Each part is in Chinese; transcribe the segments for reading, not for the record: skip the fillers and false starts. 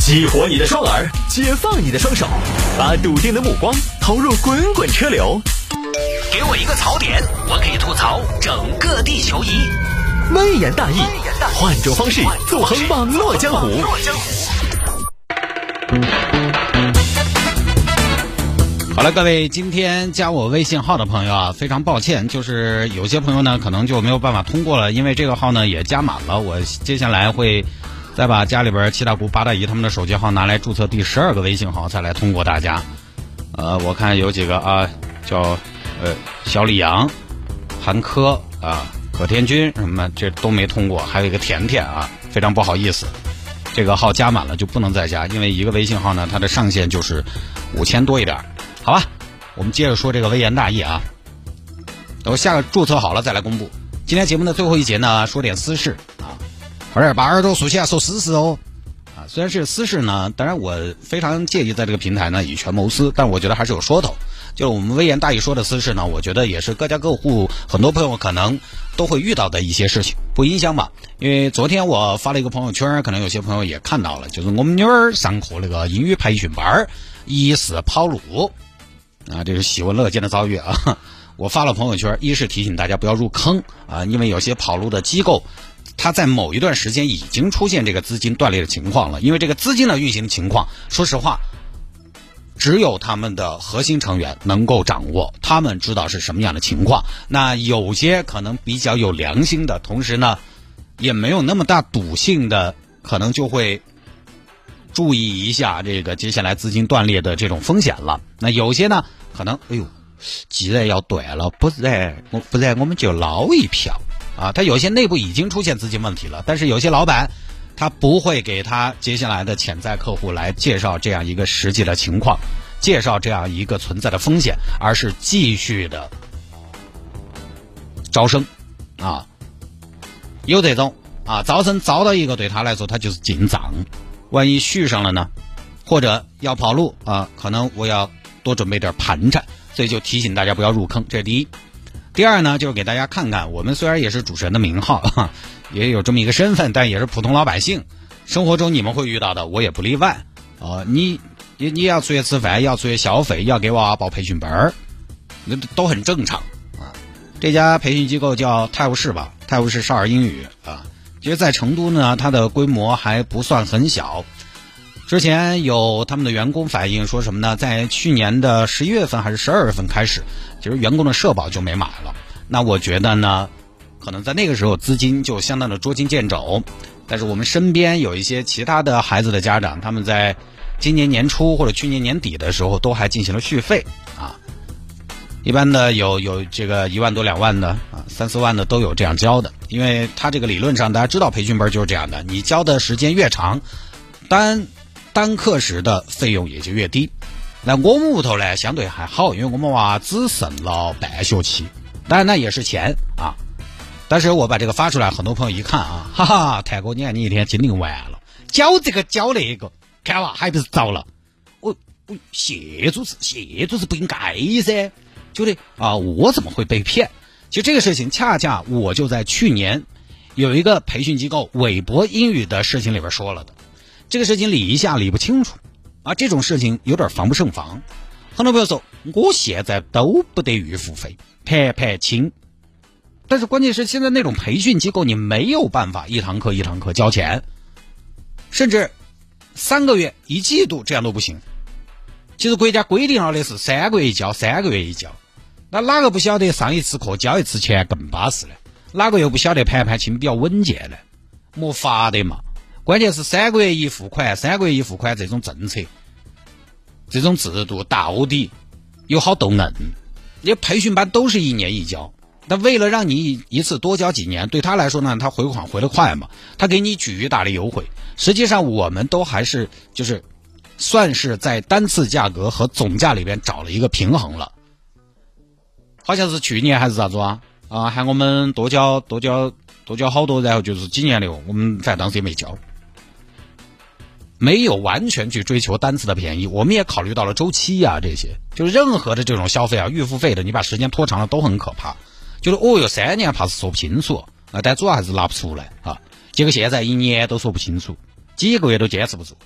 激活你的双耳，解放你的双手，把笃定的目光投入滚滚车流。 给我一个槽点，我可以吐槽整个地球仪。 微言大义，换种方式纵横网络江湖。 好了，各位今天加我微信号的朋友啊，非常抱歉，就是有些朋友呢可能就没有办法通过了，因为这个号呢也加满了。我接下来会再把家里边七大姑八大姨他们的手机号拿来注册第12个微信号，再来通过大家。我看有几个啊，叫小李阳、韩科啊、葛天军什么，这都没通过，还有一个甜甜啊，非常不好意思，这个号加满了就不能再加，因为一个微信号呢，它的上限就是5000多一点。好吧，我们接着说这个微言大义啊。等我下个注册好了再来公布。今天节目的最后一节呢，说点私事啊，快点把耳朵竖起来说私事哦。啊，虽然是私事呢，当然我非常介意在这个平台呢以权谋私，但我觉得还是有说头。就是我们微言大义说的私事呢，我觉得也是各家各户很多朋友可能都会遇到的一些事情，不影响吧。因为昨天我发了一个朋友圈，可能有些朋友也看到了，就是我们女儿上课那个英语培训班疑似跑路啊，这是喜闻乐见的遭遇啊。我发了朋友圈，一是提醒大家不要入坑啊，因为有些跑路的机构它在某一段时间已经出现这个资金断裂的情况了，因为这个资金的运行情况，说实话只有他们的核心成员能够掌握，他们知道是什么样的情况。那有些可能比较有良心的，同时呢也没有那么大赌性的，可能就会注意一下这个接下来资金断裂的这种风险了。那有些呢可能既然要断了，不然我们就捞一票啊。他有些内部已经出现资金问题了，但是有些老板他不会给他接下来的潜在客户来介绍这样一个实际的情况，介绍这样一个存在的风险，而是继续的招生啊。有这种啊，招生招到一个对他来说他就是进账，万一续上了呢，或者要跑路啊，可能我要多准备点盘缠，所以就提醒大家不要入坑，这是第一。第二呢，就是给大家看看，我们虽然也是主持人的名号，也有这么一个身份，但也是普通老百姓，生活中你们会遇到的，我也不例外。你要出去吃饭，要出去消费，要给娃报培训班，那都很正常啊。这家培训机构叫泰晤士吧，泰晤士少儿英语啊。其实在成都呢，它的规模还不算很小。之前有他们的员工反映说什么呢？在去年的11月份还是12月份开始，其实员工的社保就没买了。那我觉得呢，可能在那个时候资金就相当的捉襟见肘。但是我们身边有一些其他的孩子的家长，他们在今年年初或者去年年底的时候都还进行了续费啊。一般的有这个1万多2万的啊，3、4万的都有这样交的。因为他这个理论上大家知道培训班就是这样的，你交的时间越长，单课时的费用也就越低。那我们屋头呢相对还好，因为我们娃只剩了半学期，当然那也是钱啊。但是我把这个发出来，很多朋友一看啊，哈哈，泰哥，你看你一天精灵完了，交这个交那个，看娃还不是糟了？谢主持不应该噻，就得啊，我怎么会被骗？其实这个事情恰恰我就在去年有一个培训机构韦博英语的事情里边说了的。这个事情理一下理不清楚啊，这种事情有点防不胜防。很多朋友说我现在都不得预付费，盘清。但是关键是现在那种培训机构你没有办法一堂课一堂课交钱，甚至3个月1季度这样都不行。其实国家规定了的是3个月一交，3个月一交。那哪个不晓得上一次课交一次钱更巴适呢？哪个又不晓得盘清比较稳健呢？没法的嘛。关键是3个月一付款，3个月一付款这种政策，这种制度到底有好逗嫩？因为培训班都是1年一交，那为了让你一次多交几年，对他来说呢，他回款回得快嘛，他给你巨大的优惠。实际上我们都还是就是算是在单次价格和总价里边找了一个平衡了。好像是去年还是啥子喊我们多交好多，然后就是今年的我们反正当时也没交。没有完全去追求单次的便宜，我们也考虑到了周期啊，这些就是任何的这种消费啊，预付费的，你把时间拖长了都很可怕。就是3年怕是说不清楚啊，但主要还是拿不出来啊。结果现在1年都说不清楚，几个月都坚持不住。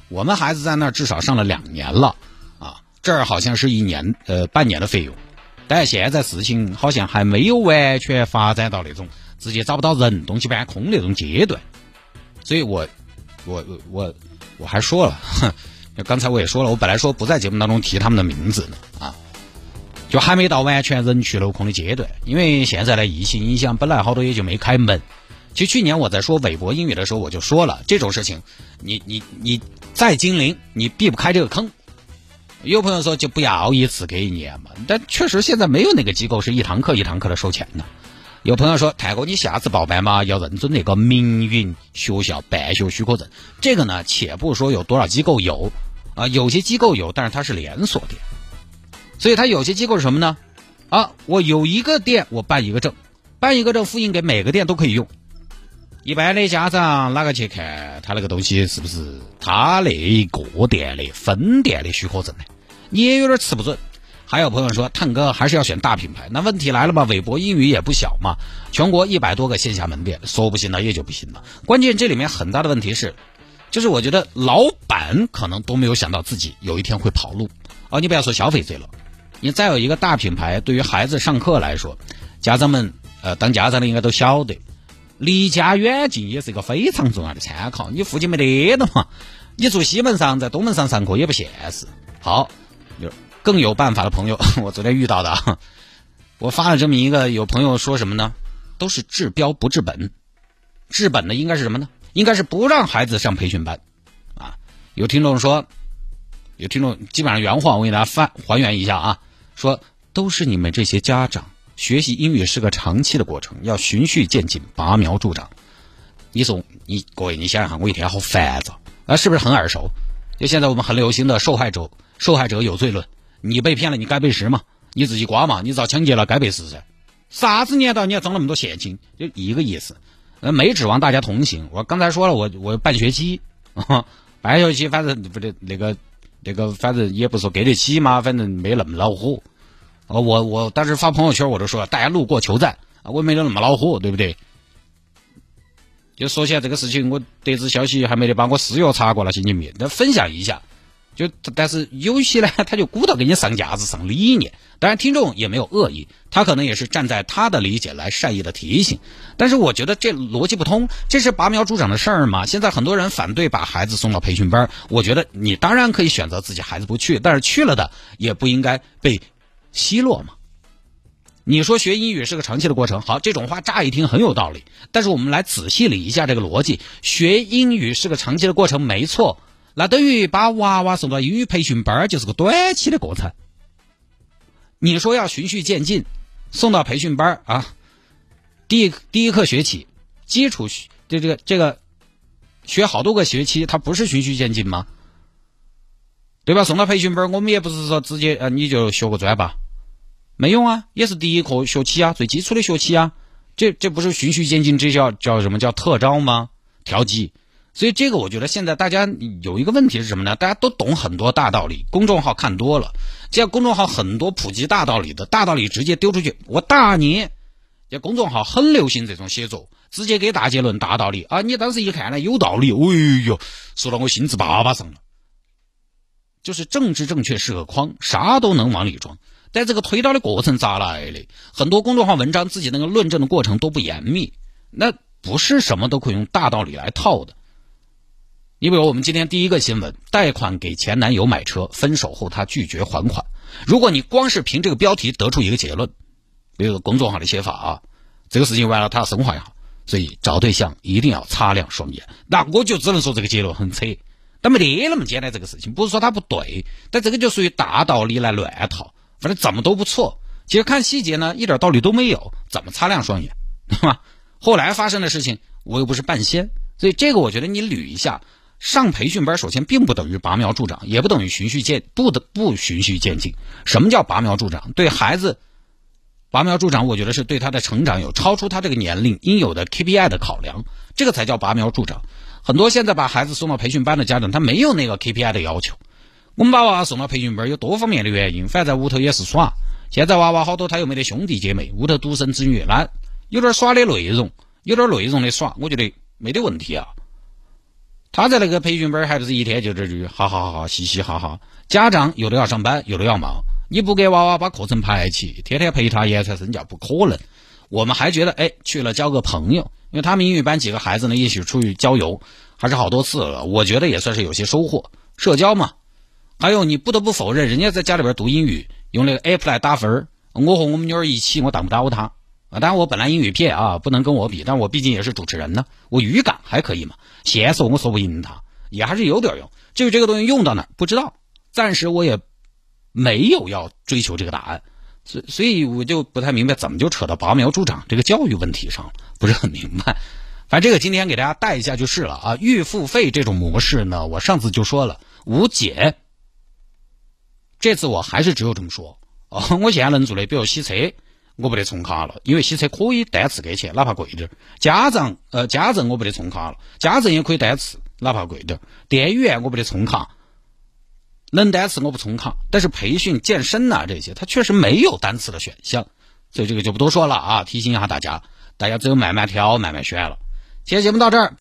我们孩子在那儿至少上了2年了啊，这儿好像是半年的费用，但现在事情好像还没有完全发展到那种直接找不到人东西搬空那种阶段，所以我还说了，刚才我也说了，我本来说不在节目当中提他们的名字呢啊，就还没到完全人去楼空的阶段，因为现在的疫情影响，本来好多也就没开门。其实去年我在说韦博英语的时候，我就说了这种事情，你再精灵，你避不开这个坑。有朋友说就不要一次给1年嘛，但确实现在没有哪个机构是一堂课的收钱的。有朋友说泰哥，你下次报班嘛要认准那个民营学校办学许可证。这个呢，且不说有多少机构有啊，有些机构有，但是它是连锁店，所以它有些机构是什么呢？啊，我有一个店我办一个证复印给每个店都可以用。一般的家长哪个去看他那个东西是不是他那一个店的分店的许可证呢？你也有点吃不准。还有朋友说探哥还是要选大品牌，那问题来了嘛，韦博英语也不小嘛，全国100多个线下门店，说不行了也就不行了。关键这里面很大的问题是，就是我觉得老板可能都没有想到自己有一天会跑路你不要说消费者了，你再有一个大品牌，对于孩子上课来说，家长们当家长的应该都晓得，离家远近也是一个非常重要的参考。你附近没得的嘛，你住西门上在东门上上课也不现实。好，更有办法的朋友，我昨天遇到的啊，我发了这么一个，有朋友说什么呢？都是治标不治本，治本的应该是什么呢？应该是不让孩子上培训班啊。有听众基本上原话我给大家还原一下啊，说都是你们这些家长，学习英语是个长期的过程，要循序渐进，拔苗助长。各位你想想看，我一天好烦躁啊，是不是很耳熟？就现在我们很流行的受害者有罪论，你被骗了你该背10嘛，你自己刮嘛，你遭抢劫了该背10噻，啥子年代你要装那么多现金，就一个意思。没指望大家同行，我刚才说了，我半学期反正不对那个反正也不说给得起嘛，反正没那么恼火。我当时发朋友圈我都说了，大家路过求赞啊，我没有那么恼火，对不对？就说起来这个事情，我得知消息还没得把我私约查过了，信你但分享一下。但是有些呢，他就鼓捣给你上架子上理念，当然听众也没有恶意，他可能也是站在他的理解来善意的提醒。但是我觉得这逻辑不通，这是拔苗助长的事儿嘛。现在很多人反对把孩子送到培训班，我觉得你当然可以选择自己孩子不去，但是去了的也不应该被奚落嘛。你说学英语是个长期的过程，好，这种话乍一听很有道理，但是我们来仔细理一下这个逻辑，学英语是个长期的过程没错，那等于把娃娃送到英语培训班就是个短期的过程。你说要循序渐进，送到培训班啊，第一课学起基础这个学好多个学期，它不是循序渐进吗？对吧？送到培训班，我们也不是说直接你就学个专吧，没用啊，也是第一课学起啊，最基础的学起啊，这不是循序渐进，这叫什么叫特招吗？调剂。所以这个我觉得现在大家有一个问题是什么呢？大家都懂很多大道理，公众号看多了，这公众号很多普及大道理的，大道理直接丢出去，我打你。这公众号很流行这种写作，直接给大结论大道理啊！你当时一看呢有道理，哎呦，说到我心直巴巴上了。就是政治正确是个筐，啥都能往里装，但这个推导的过程咋来的？很多公众号文章自己那个论证的过程都不严密，那不是什么都可以用大道理来套的。你比如我们今天第一个新闻，贷款给前男友买车，分手后他拒绝还款。如果你光是凭这个标题得出一个结论，比如公众号的写法啊，这个事情完了他要升华也好，所以找对象一定要擦亮双眼，那我就只能说这个结论很扯，但没得那么简单。这个事情不是说它不对，但这个就属于大道理来乱套，反正怎么都不错。其实看细节呢，一点道理都没有，怎么擦亮双眼，对吧？后来发生的事情我又不是半仙，所以这个我觉得你捋一下。上培训班首先并不等于拔苗助长，也不等于循序渐进。什么叫拔苗助长？对孩子拔苗助长，我觉得是对他的成长有超出他这个年龄应有的 KPI 的考量，这个才叫拔苗助长。很多现在把孩子送到培训班的家长，他没有那个 KPI 的要求。我们把娃娃送到培训班有多方面的原因，反正在屋头也是耍。现在娃娃好多他又没得兄弟姐妹，屋头独生子女，那有点耍的内容，有点内容的耍，我觉得没得问题啊。 他在那个培训班还不是一天就这句哈哈哈嘻嘻哈哈。家长有的要上班，有的要忙，你不给娃娃把课程排起，天天陪他言传身教，不可能。我们还觉得去了交个朋友，因为他们英语班几个孩子呢一起出去郊游，还是好多次了，我觉得也算是有些收获，社交嘛。还有你不得不否认，人家在家里边读英语用那个 app 来打分，我和我们女儿一起，我打不到他当然我本来英语片不能跟我比，但我毕竟也是主持人呢，我语感还可以嘛，写手我说不赢他，也还是有点用。至于这个东西用到哪不知道，暂时我也没有要追求这个答案，所以我就不太明白怎么就扯到拔苗助长这个教育问题上了，不是很明白。反正这个今天给大家带一下就是了预付费这种模式呢，我上次就说了无解，这次我还是只有这么说我现在能做的，比如洗车我不得充卡了，因为洗车可以单次给钱，哪怕贵点。家政我不得充卡了，家政也可以单次，哪怕贵点。电影院我不得充卡，能单次我不充卡。但是培训、健身这些，它确实没有单次的选项，所以这个就不多说了提醒一下大家，大家只有慢慢挑、慢慢选了。今天节目到这儿。